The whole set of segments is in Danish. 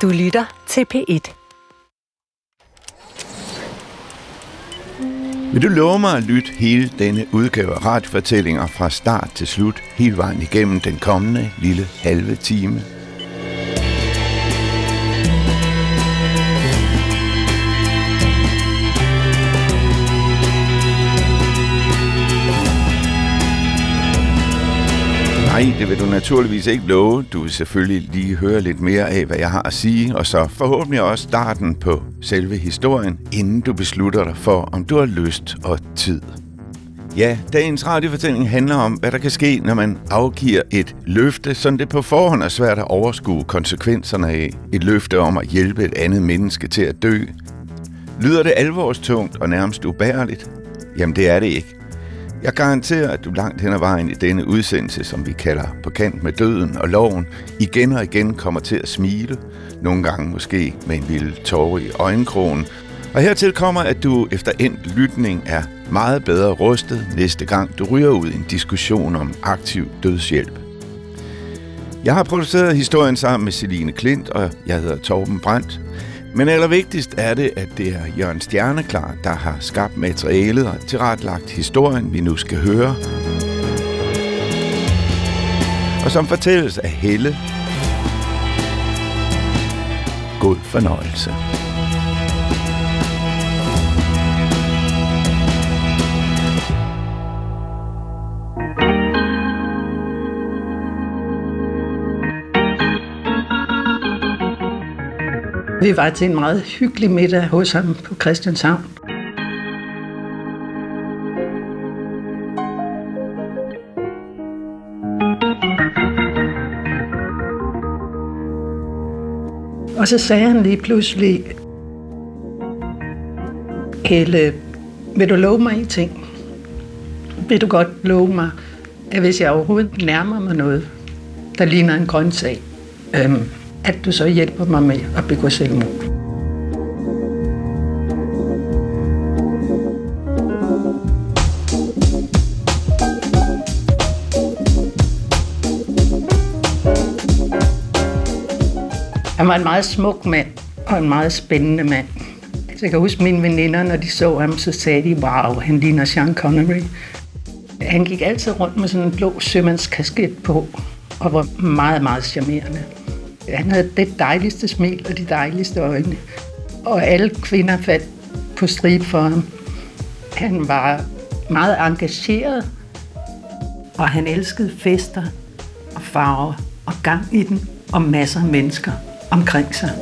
Du lytter til P1. Vil du love mig at lytte hele denne udgave af radiofortællinger fra start til slut, hele vejen igennem den kommende lille halve time? Nej, det vil du naturligvis ikke love. Du vil selvfølgelig lige høre lidt mere af, hvad jeg har at sige, og så forhåbentlig også starten på selve historien, inden du beslutter dig for, om du har lyst og tid. Ja, dagens radiofortælling handler om, hvad der kan ske, når man afgiver et løfte, sådan det på forhånd er svært at overskue konsekvenserne af. Et løfte om at hjælpe et andet menneske til at dø. Lyder det alvorstungt og nærmest ubærligt? Jamen det er det ikke. Jeg garanterer, at du langt hen ad vejen i denne udsendelse, som vi kalder På kant med døden og loven, igen og igen kommer til at smile, nogle gange måske med en lille tåre i øjenkrogen. Og hertil kommer, at du efter endt lytning er meget bedre rustet næste gang, du ryger ud i en diskussion om aktiv dødshjælp. Jeg har produceret historien sammen med Celine Klint, og jeg hedder Torben Brandt. Men allervigtigst er det, at det er Jørgen Stjerneklar, der har skabt materialet og tilrettelagt historien, vi nu skal høre. Og som fortælles af Helle. God fornøjelse. Vi var til en meget hyggelig middag hos ham på Christianshavn. Og så sagde han lige pludselig, Helle, vil du love mig en ting? Vil du godt love mig, at hvis jeg overhovedet nærmer mig noget, der ligner en grøntsag, at du så hjælper mig med at begå selvmord. Han var en meget smuk mand og en meget spændende mand. Så jeg kan huske mine veninder, når de så ham, så sagde de, wow, han ligner Sean Connery. Han gik altid rundt med sådan en blå sømandskasket på og var meget, meget charmerende. Han havde det dejligste smil og de dejligste øjne, og alle kvinder faldt på stribe for ham. Han var meget engageret, og han elskede fester og farver og gang i den, og masser af mennesker omkring sig.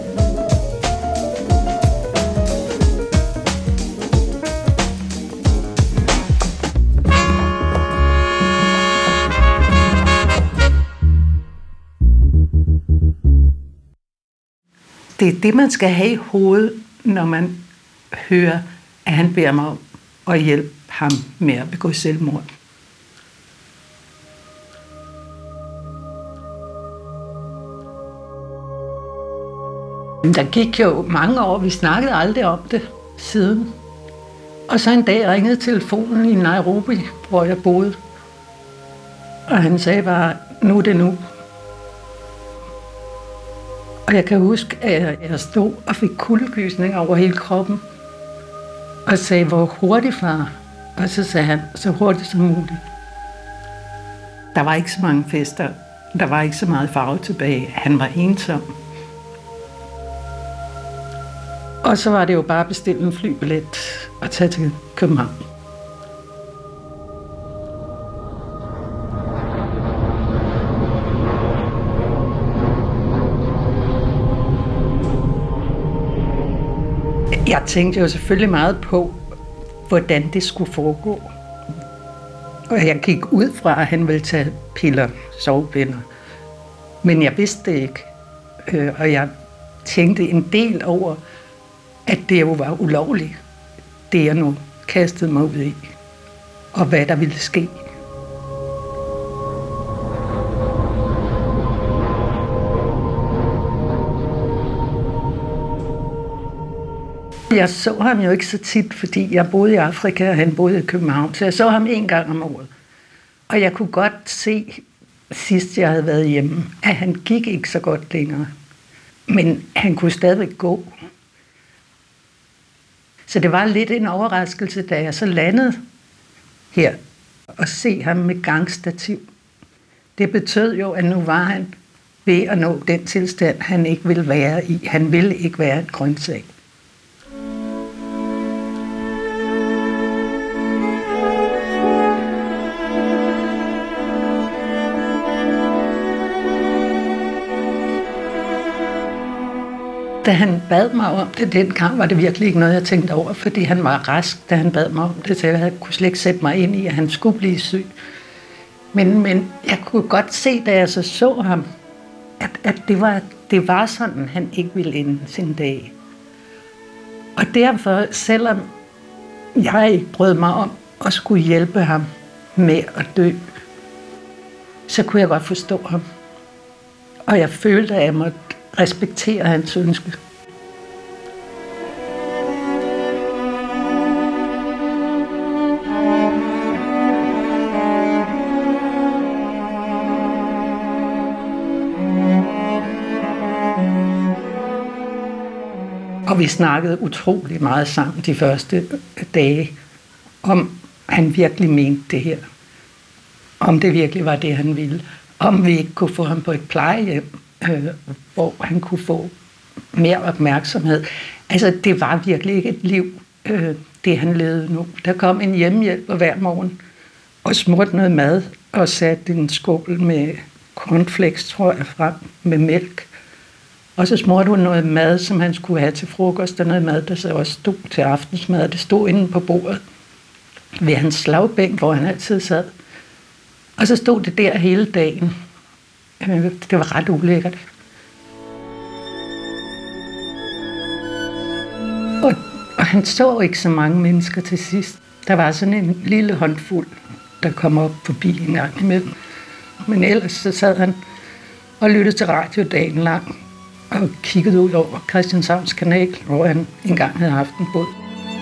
Det er det, man skal have i hovedet, når man hører, at han beder mig om at hjælpe ham med at begå selvmord. Der gik jo mange år, vi snakkede aldrig om det siden. Og så en dag ringede telefonen i Nairobi, hvor jeg boede. Og han sagde bare, nu er det nu. Og jeg kan huske, at jeg stod og fik kuldegysninger over hele kroppen. Og sagde, hvor hurtigt, far? Og så sagde han, så hurtigt som muligt. Der var ikke så mange fester. Der var ikke så meget farve tilbage. Han var ensom. Og så var det jo bare at bestille en flybillet og tage til København. Jeg tænkte jo selvfølgelig meget på, hvordan det skulle foregå. Og jeg gik ud fra, at han ville tage piller, sovepiller. Men jeg vidste det ikke. Og jeg tænkte en del over, at det jo var ulovligt, det jeg nu kastede mig ud i. Og hvad der ville ske. Jeg så ham jo ikke så tit, fordi jeg boede i Afrika, og han boede i København, så jeg så ham en gang om året. Og jeg kunne godt se, sidst jeg havde været hjemme, at han gik ikke så godt længere. Men han kunne stadigvæk gå. Så det var lidt en overraskelse, da jeg så landede her og se ham med gangstativ. Det betød jo, at nu var han ved at nå den tilstand, han ikke ville være i. Han ville ikke være en grøntsag. Da han bad mig om det dengang, var det virkelig ikke noget, jeg tænkte over, fordi han var rask, da han bad mig om det, så jeg kunne slet ikke sætte mig ind i, at han skulle blive syg. Men jeg kunne godt se, da jeg så ham, at det var sådan, han ikke ville ende sin dag. Og derfor, selvom jeg ikke brød mig om at skulle hjælpe ham med at dø, så kunne jeg godt forstå ham. Og jeg følte, at jeg måtte respektere hans ønske. Og vi snakkede utrolig meget sammen de første dage, om han virkelig mente det her. Om det virkelig var det, han ville. Om vi ikke kunne få ham på et plejehjem, hvor han kunne få mere opmærksomhed. Altså, det var virkelig ikke et liv, det han levede nu. Der kom en hjemmehjælper hver morgen og smurte noget mad og satte en skål med cornflakes, tror jeg, frem med mælk. Og så smurte hun noget mad, som han skulle have til frokost, og noget mad, der så også stod til aftensmad. Det stod inde på bordet ved hans slagbænk, hvor han altid sad. Og så stod det der hele dagen. Det var ret ulækkert. Og han så ikke så mange mennesker til sidst. Der var sådan en lille håndfuld, der kom op forbi en gang imellem. Men ellers så sad han og lyttede til radio dagen lang og kiggede ud over Christianshavns Kanal, hvor han engang havde haft en båd.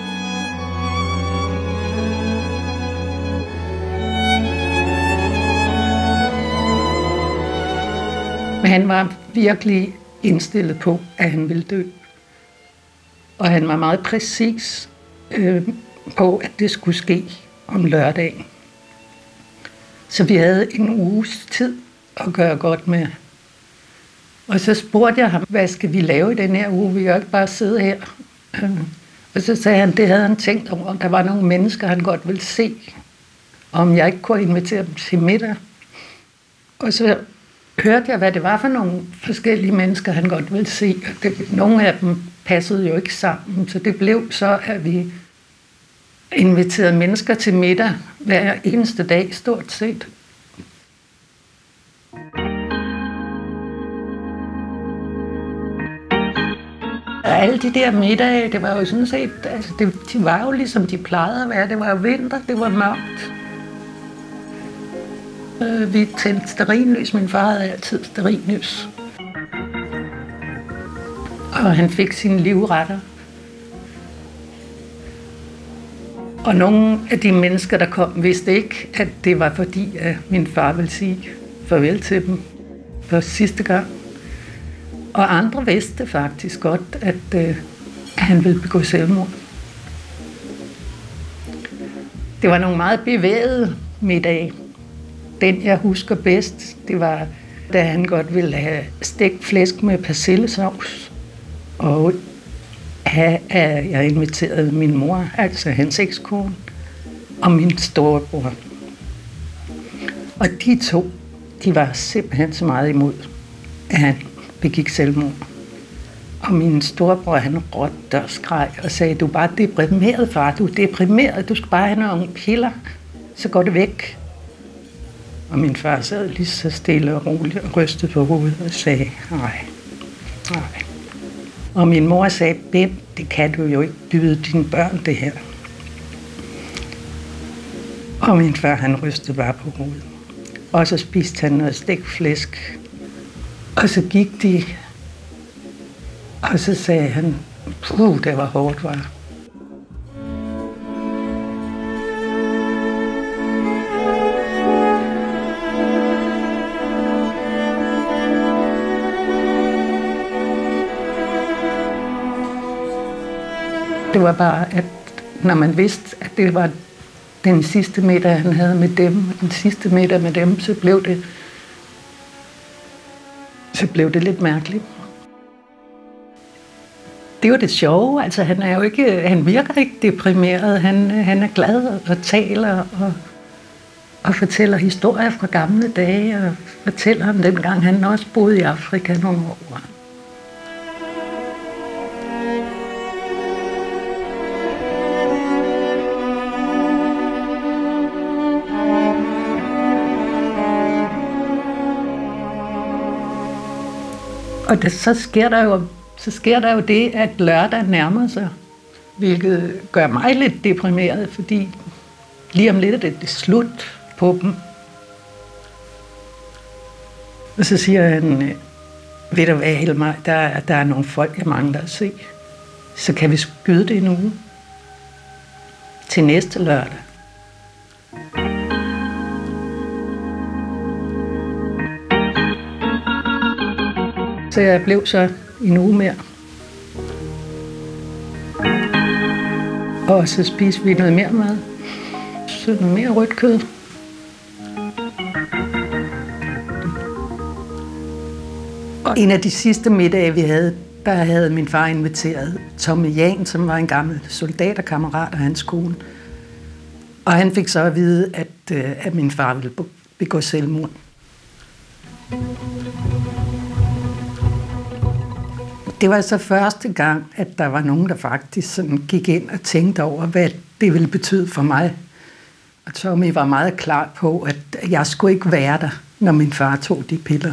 Men han var virkelig indstillet på, at han ville dø. Og han var meget præcis på, at det skulle ske om lørdagen. Så vi havde en uges tid at gøre godt med. Og så spurgte jeg ham, hvad skal vi lave i den her uge? Vi kan jo ikke bare sidde her. Og så sagde han, det havde han tænkt over, om der var nogle mennesker, han godt ville se. Om jeg ikke kunne invitere dem til middag. Og så hørte jeg, hvad det var for nogle forskellige mennesker, han godt ville se. Nogle af dem passede jo ikke sammen, så det blev så, at vi inviterede mennesker til middag hver eneste dag, stort set. Og alle de der middage, det var jo sådan set, altså de var jo ligesom de plejede at være. Det var jo vinter, det var mørkt. Vi tændte stearinlys. Min far havde altid stearinlys. Og han fik sine livretter. Og nogle af de mennesker, der kom, vidste ikke, at det var fordi, at min far ville sige farvel til dem for sidste gang. Og andre vidste faktisk godt, at han ville begå selvmord. Det var nogle meget bevægede middage. Den, jeg husker bedst, det var, da han godt ville have stegt flæsk med persillesauce. Og jeg inviterede min mor, altså hans ekskone, og min storebror. Og de to, de var simpelthen så meget imod, at han begik selvmord. Og min storebror, han rådte og skreg og sagde, du er bare deprimeret, far, du er deprimeret, du skal bare have nogle piller, så går det væk. Og min far sad lige så stille og roligt og rystede på hovedet og sagde, nej. Og min mor sagde, Bent, det kan du jo ikke byde dine børn, det her. Og min far, han rystede bare på hovedet. Og så spiste han noget stegt flæsk. Og så gik de, og så sagde han, det var hårdt, var. det var bare, at når man vidste, at det var den sidste middag, han havde med dem, og den sidste middag med dem, så blev det lidt mærkeligt. Det var det sjove. Altså, han virker ikke deprimeret. Han er glad og taler og fortæller historier fra gamle dage og fortæller om dengang, han også boede i Afrika nogle år. Og så sker der jo det, at lørdag nærmer sig, hvilket gør mig lidt deprimeret, fordi lige om lidt er det slut på dem. Og så siger han, ved du hvad, Helmer, der er nogle folk, jeg mangler at se. Så kan vi skyde det en uge til næste lørdag. Så jeg blev så en uge mere. Og så spiste vi noget mere mad. Så noget mere rødt kød. Og en af de sidste middage, vi havde, der havde min far inviteret Tommy Jan, som var en gammel soldaterkammerat af hans kone. Og han fik så at vide, at min far ville begå selvmord. Det var så første gang, at der var nogen, der faktisk sådan gik ind og tænkte over, hvad det ville betyde for mig. Og Tommy var meget klar på, at jeg skulle ikke være der, når min far tog de piller.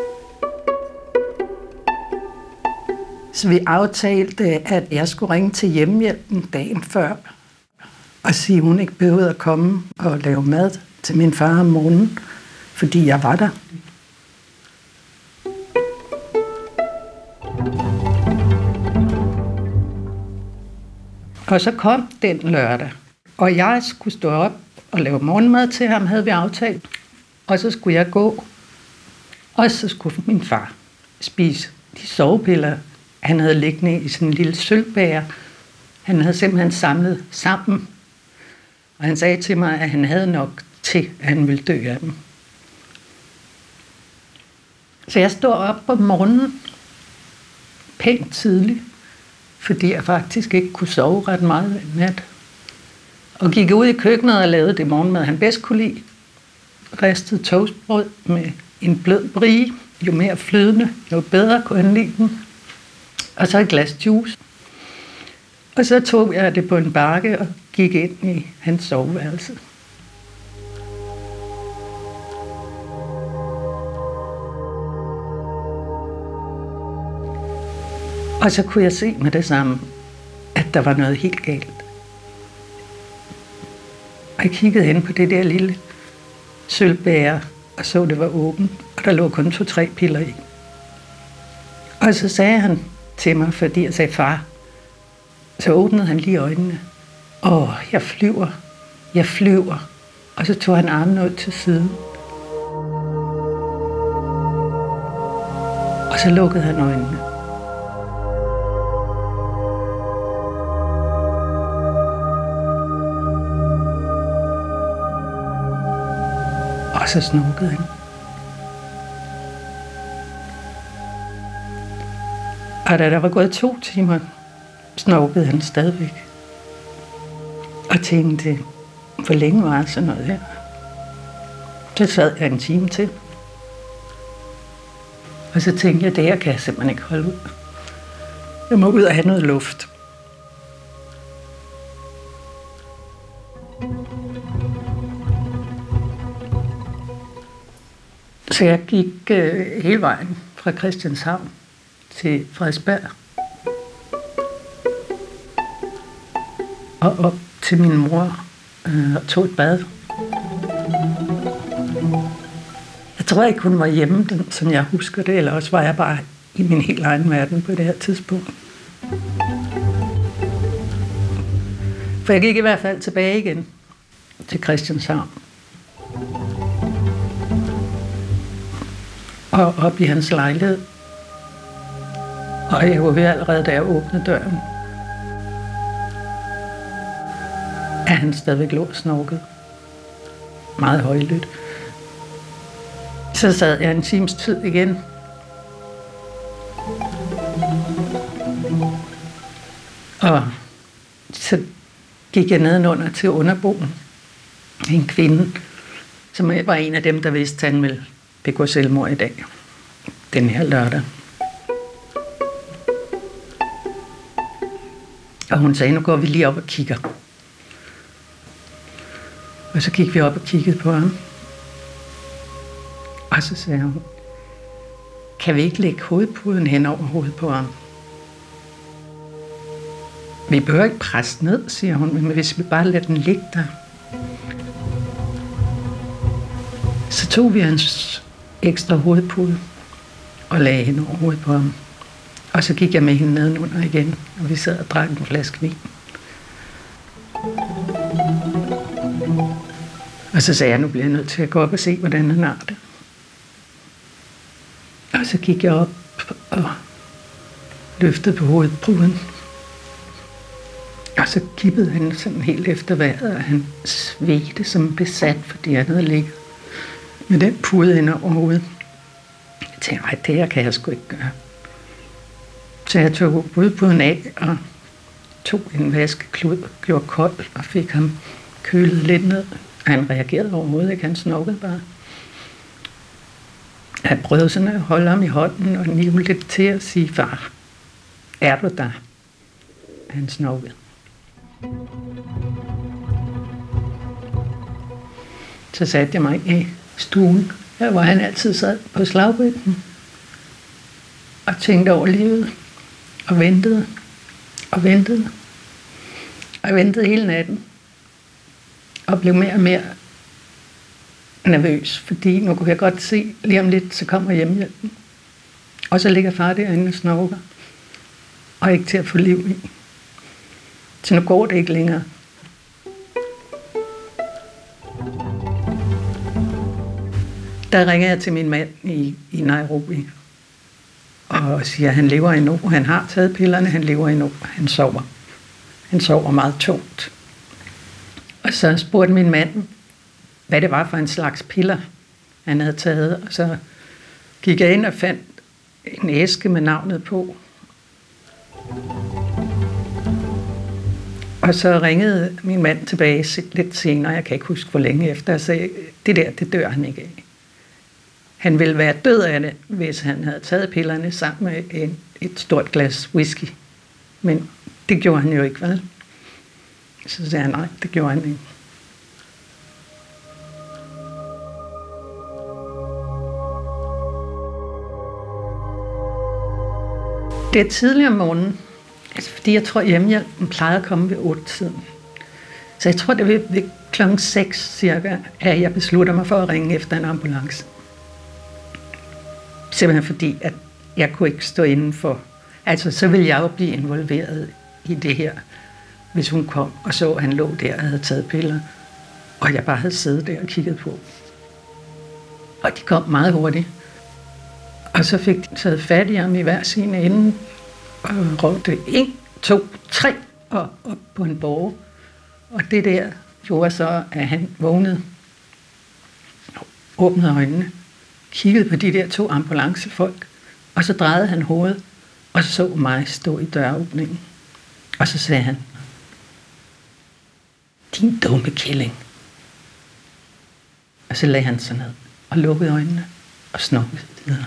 Så vi aftalte, at jeg skulle ringe til hjemmehjælpen dagen før og sige, at hun ikke behøvede at komme og lave mad til min far om morgenen, fordi jeg var der. Og så kom den lørdag, og jeg skulle stå op og lave morgenmad til ham, havde vi aftalt. Og så skulle jeg gå, og så skulle min far spise de sovepiller, han havde liggende i sådan en lille sølvbæger. Han havde simpelthen samlet sammen, og han sagde til mig, at han havde nok til, at han ville dø af dem. Så jeg stod op om morgenen, pænt tidligt, fordi jeg faktisk ikke kunne sove ret meget den nat. Og gik ud i køkkenet og lavede det morgenmad, han bedst kunne lide. Ristet toastbrød med en blød brie. Jo mere flydende, jo bedre kunne han lide den. Og så et glas juice. Og så tog jeg det på en bakke og gik ind i hans soveværelse. Og så kunne jeg se med det samme, at der var noget helt galt. Og jeg kiggede hen på det der lille sølvbæger, og så det var åbent, og der lå kun 2-3 piller i. Og så sagde han til mig, fordi jeg sagde far, så åbnede han lige øjnene. Jeg flyver. Og så tog han armen ud til siden. Og så lukkede han øjnene. Og så snorkede han. Og da der var gået 2 timer, snorkede han stadigvæk. Og tænkte, hvor længe var sådan noget her? Så sad jeg en time til. Og så tænkte jeg, det her kan jeg simpelthen ikke holde ud. Jeg må ud og have noget luft. Så jeg gik hele vejen fra Christianshavn til Frederiksberg og op til min mor og tog et bad. Jeg tror ikke, hun var hjemme, som jeg husker det, eller også var jeg bare i min helt egen verden på det her tidspunkt. For jeg gik i hvert fald tilbage igen til Christianshavn. Og op i hans lejlighed. Og jeg var ved allerede, da jeg åbnede døren. at han stadigvæk lå og snorkede. Meget højlydt. Så sad jeg en times tid igen. Og så gik jeg nedenunder til underboen. En kvinde, som var en af dem, der vidste, at han ville begå selvmord i dag. Den her lørdag. Og hun sagde, nu går vi lige op og kigger. Og så gik vi op og kiggede på ham. Og så sagde hun, kan vi ikke lægge hovedpuden hen over hovedet på ham? Vi behøver ikke presse ned, siger hun, men hvis vi bare lader den ligge der. Så tog vi hans ekstra hovedpude og lagde hende over hovedet på ham. Og så gik jeg med hende nedenunder igen, og vi sad og drak en flaske vin. Og så sagde jeg, nu bliver jeg nødt til at gå op og se, hvordan han har det. Og så gik jeg op og løftede på hovedpuden. Og så kippede han sådan helt efter vejret, og han svedte som besat, fordi han havde ligget med den pude hen over hovedet. Jeg tænkte, nej, det her kan jeg sgu ikke gøre. Så jeg tog hovedpuden af og tog en vaskeklud, gjorde kold og fik ham kølet lidt ned. Han reagerede overhovedet ikke, han snorkede bare. Jeg prøvede sådan at holde ham i hånden og nive lidt til at sige, far, er du der? Han snorkede. Så satte jeg mig i stuen, her hvor han altid sad på slagbænken og tænkte over livet og ventede og ventede. Og jeg ventede hele natten og blev mere og mere nervøs, fordi nu kunne jeg godt se, lige om lidt, så kommer hjemmehjælpen. Og så ligger far derinde og snorker, og ikke til at få liv i. Så nu går det ikke længere. Der ringer jeg til min mand i Nairobi, og siger, at han lever endnu. Han har taget pillerne, han lever endnu. Han sover. Han sover meget tungt. Og så spurgte min mand, hvad det var for en slags piller, han havde taget. Og så gik jeg ind og fandt en æske med navnet på. Og så ringede min mand tilbage lidt senere, jeg kan ikke huske hvor længe efter, og sagde, det dør han ikke af. Han ville være død af det, hvis han havde taget pillerne sammen med et stort glas whisky. Men det gjorde han jo ikke, vel? Så sagde han, nej, det gjorde han ikke. Det er tidligere om morgenen, altså fordi jeg tror, hjemmehjælpen plejede at komme ved 8-tiden. Så jeg tror, det er ved klokken 6 cirka, at jeg beslutter mig for at ringe efter en ambulance. Simpelthen fordi, at jeg kunne ikke stå indenfor. Altså, så ville jeg jo blive involveret i det her, hvis hun kom og så, at han lå der og havde taget piller, og jeg bare havde siddet der og kigget på. Og de kom meget hurtigt. Og så fik de taget fat i ham i hver sin ende, og råbte 1, 2, 3, og op på en borg. Og det der gjorde så, at han vågnede, åbnede øjnene, kiggede på de der 2 ambulancefolk, og så drejede han hovedet, og så mig stå i døråbningen. Og så sagde han, din dumme kælling. Og så lagde han sig ned og lukkede øjnene og snorkede videre.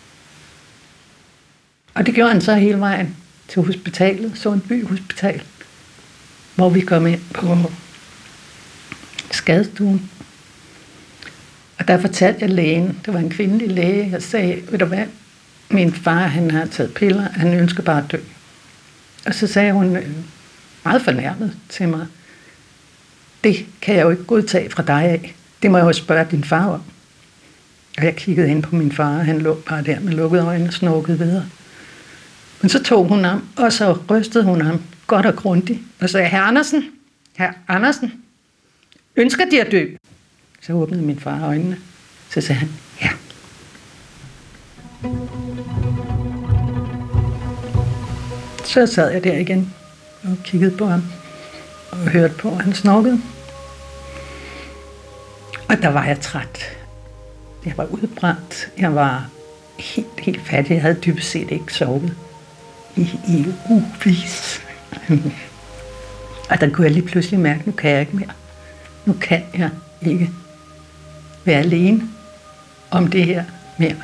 Og det gjorde han så hele vejen til hospitalet, Sundby Hospital, hvor vi kom ind på skadestuen. Og der fortalte jeg lægen, det var en kvindelig læge, jeg sagde, ved du hvad, min far, han har taget piller, han ønsker bare at dø. Og så sagde hun meget fornærmet til mig, det kan jeg jo ikke godtage fra dig af, det må jeg jo spørge din far om. Og jeg kiggede ind på min far, og han lå bare der med lukkede øjne og snorkede videre. Men så tog hun ham, og så rystede hun ham godt og grundigt, og sagde, herr Andersen, ønsker de at dø? Så åbnede min far øjnene. Så sagde han, ja. Så sad jeg der igen og kiggede på ham. og hørte på, at han snorkede. Og der var jeg træt. Jeg var udbrændt. Jeg var helt fattig. Jeg havde dybest set ikke sovet i ugevis. Og der kunne jeg lige pludselig mærke, at nu kan jeg ikke mere. Nu kan jeg ikke være alene om det her mere.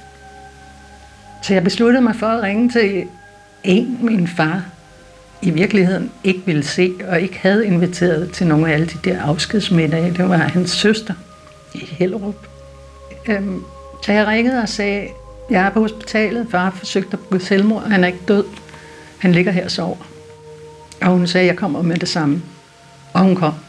Så jeg besluttede mig for at ringe til min far i virkeligheden ikke ville se, og ikke havde inviteret til nogle af alle de der afskedsmiddage. Det var hans søster i Hellerup. Så jeg ringede og sagde, jeg er på hospitalet, far forsøgte at begå selvmord, han er ikke død, han ligger her og sover. Og hun sagde, jeg kommer med det samme. Og hun kom.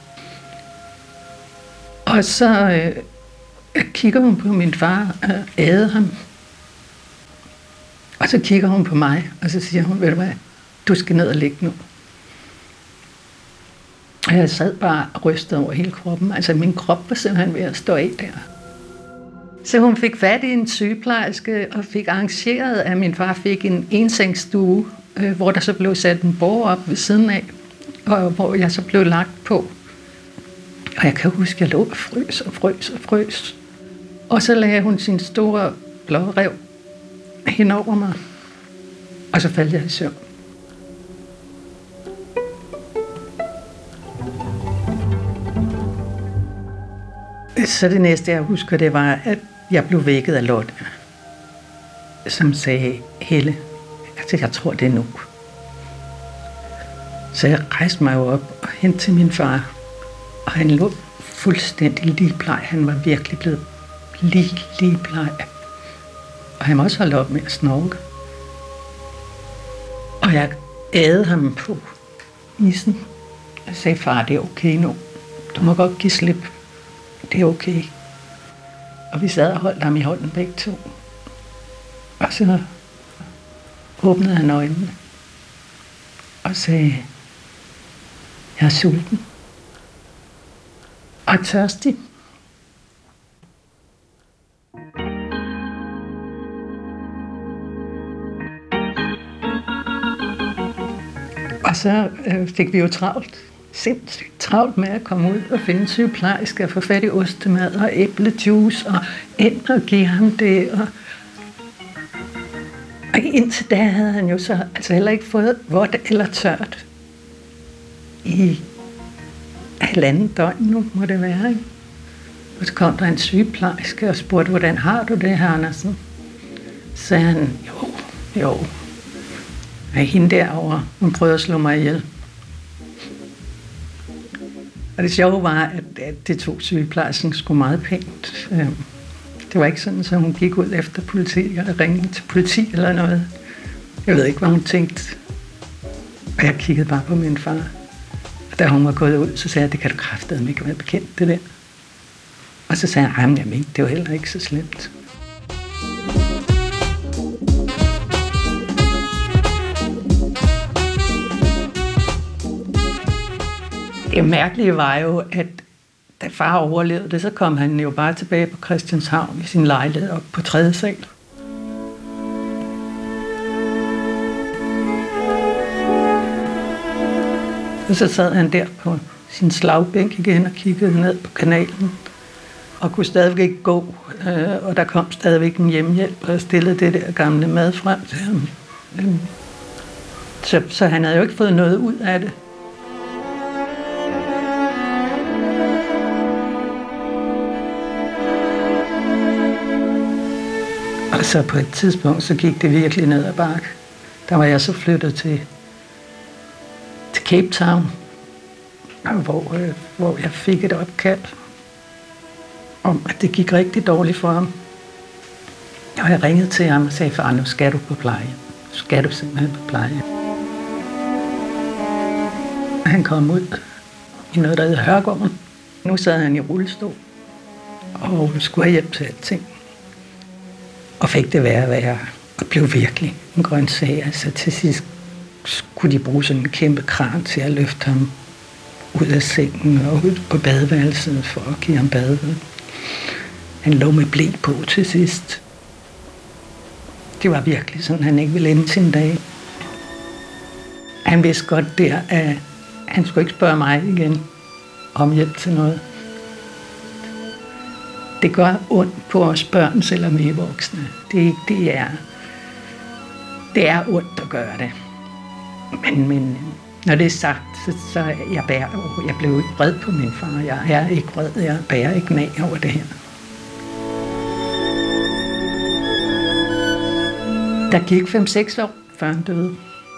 Og så kigger hun på min far og æder ham. Og så kigger hun på mig, og så siger hun, ved du hvad, du skal ned og ligge nu. Og jeg sad bare og rystede over hele kroppen. Altså min krop var simpelthen ved at stå af der. Så hun fik fat i en sygeplejerske og fik arrangeret, at min far fik en ensengsstue, hvor der så blev sat en bord op ved siden af, og hvor jeg så blev lagt på. Og jeg kan huske, at jeg lå og frøs. Og så lagde hun sin store blå rev hen over mig, og så faldt jeg i søvn. Så det næste, jeg husker, det var, at jeg blev vækket af Lotte, som sagde, Helle, jeg tror, det er nu. Så jeg rejste mig op og hen til min far, og han lå fuldstændig ligebleg. Han var virkelig blevet ligebleg. Og han må også holde op med at snorke. Og jeg ædede ham på isen. Jeg sagde, far, det er okay nu. Du må godt give slip. Det er okay. Og vi sad og holdt ham i hånden begge to. Og så åbnede han øjnene og sagde, jeg er sulten og tørstig. Og så fik vi jo sindssygt travlt med at komme ud og finde sygeplejersker, få fat i ostemad og æblejuice og ind og give ham det. Og indtil da havde han jo så altså heller ikke fået vådt eller tørt i 1,5 døgn nu, må det være, ikke? Og så kom der en sygeplejerske og spurgte, hvordan har du det, Andersen? Så sagde han, jo. Og hende derovre, hun prøvede at slå mig ihjel. Og det sjove var, at det tog sygeplejersken sgu meget pænt. Det var ikke sådan, at hun gik ud efter politi og ringede til politi eller noget. Jeg ved ikke, hvad hun tænkte. Og jeg kiggede bare på min far. Og da hun var gået ud, så sagde jeg, det kan du kraftedeme ikke være bekendt, det der. Og så sagde jeg, jamen, det var heller ikke så slemt. Det mærkelige var jo, at da far overlevede det, så kom han jo bare tilbage på Christianshavn i sin lejlighed op på 3. sal. Og så sad han der på sin slagbænk igen og kiggede ned på kanalen og kunne stadigvæk ikke gå. Og der kom stadigvæk en hjemmehjælp og stillede det der gamle mad frem til ham. Så han havde jo ikke fået noget ud af det. Og så på et tidspunkt, så gik det virkelig ned ad bakke. Der var jeg så flyttet til Cape Town, hvor jeg fik et opkald om, at det gik rigtig dårligt for ham. Og jeg ringede til ham og sagde, far, nu skal du på pleje. Nu skal du simpelthen på pleje. Han kom ud i noget, der hedder Hørgården. Nu sad han i rullestol og skulle have hjælp til alting. Og fik det værre, og blev virkelig en grøntsag. Altså til sidst skulle de bruge sådan en kæmpe kran til at løfte ham ud af sengen og ud på badeværelset for at give ham bad. Han lå med ble på til sidst. Det var virkelig sådan, han ikke ville ende sin dag. Han vidste godt der, at Han skulle ikke spørge mig igen om hjælp til noget. Det gør ondt på os børn, selvom vi er voksne. Det er ondt at gøre det. Men når det er sagt, så jeg blev ikke vred på min far. Jeg er ikke vred, jeg bærer ikke nag over det her. Der gik 5-6 år, før han døde.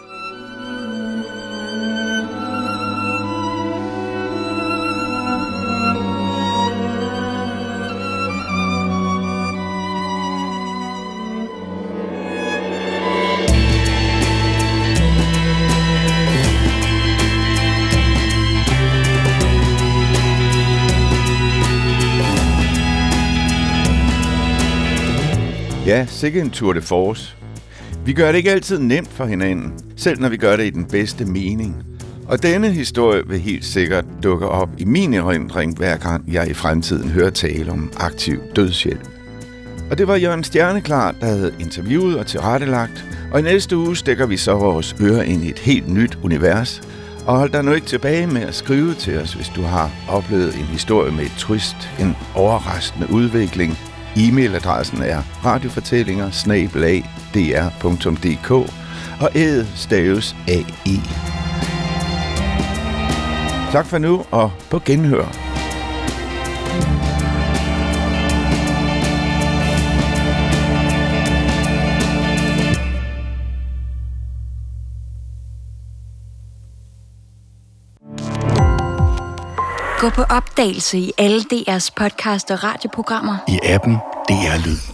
Ja, sikke en tour de force. Vi gør det ikke altid nemt for hinanden, selv når vi gør det i den bedste mening. Og denne historie vil helt sikkert dukke op i min erindring, hver gang jeg i fremtiden hører tale om aktiv dødshjælp. Og det var Jørgen Stjerneklar, der havde interviewet og tilrettelagt, og i næste uge stikker vi så vores ører ind i et helt nyt univers. Og hold dig nu ikke tilbage med at skrive til os, hvis du har oplevet en historie med et twist, en overraskende udvikling. E-mailadressen er radiofortællinger@dr.dk, og æd staves A-E. Tak for nu, og på genhør. Gå på opdagelse i alle DR's podcast og radioprogrammer. I appen DR Lyd.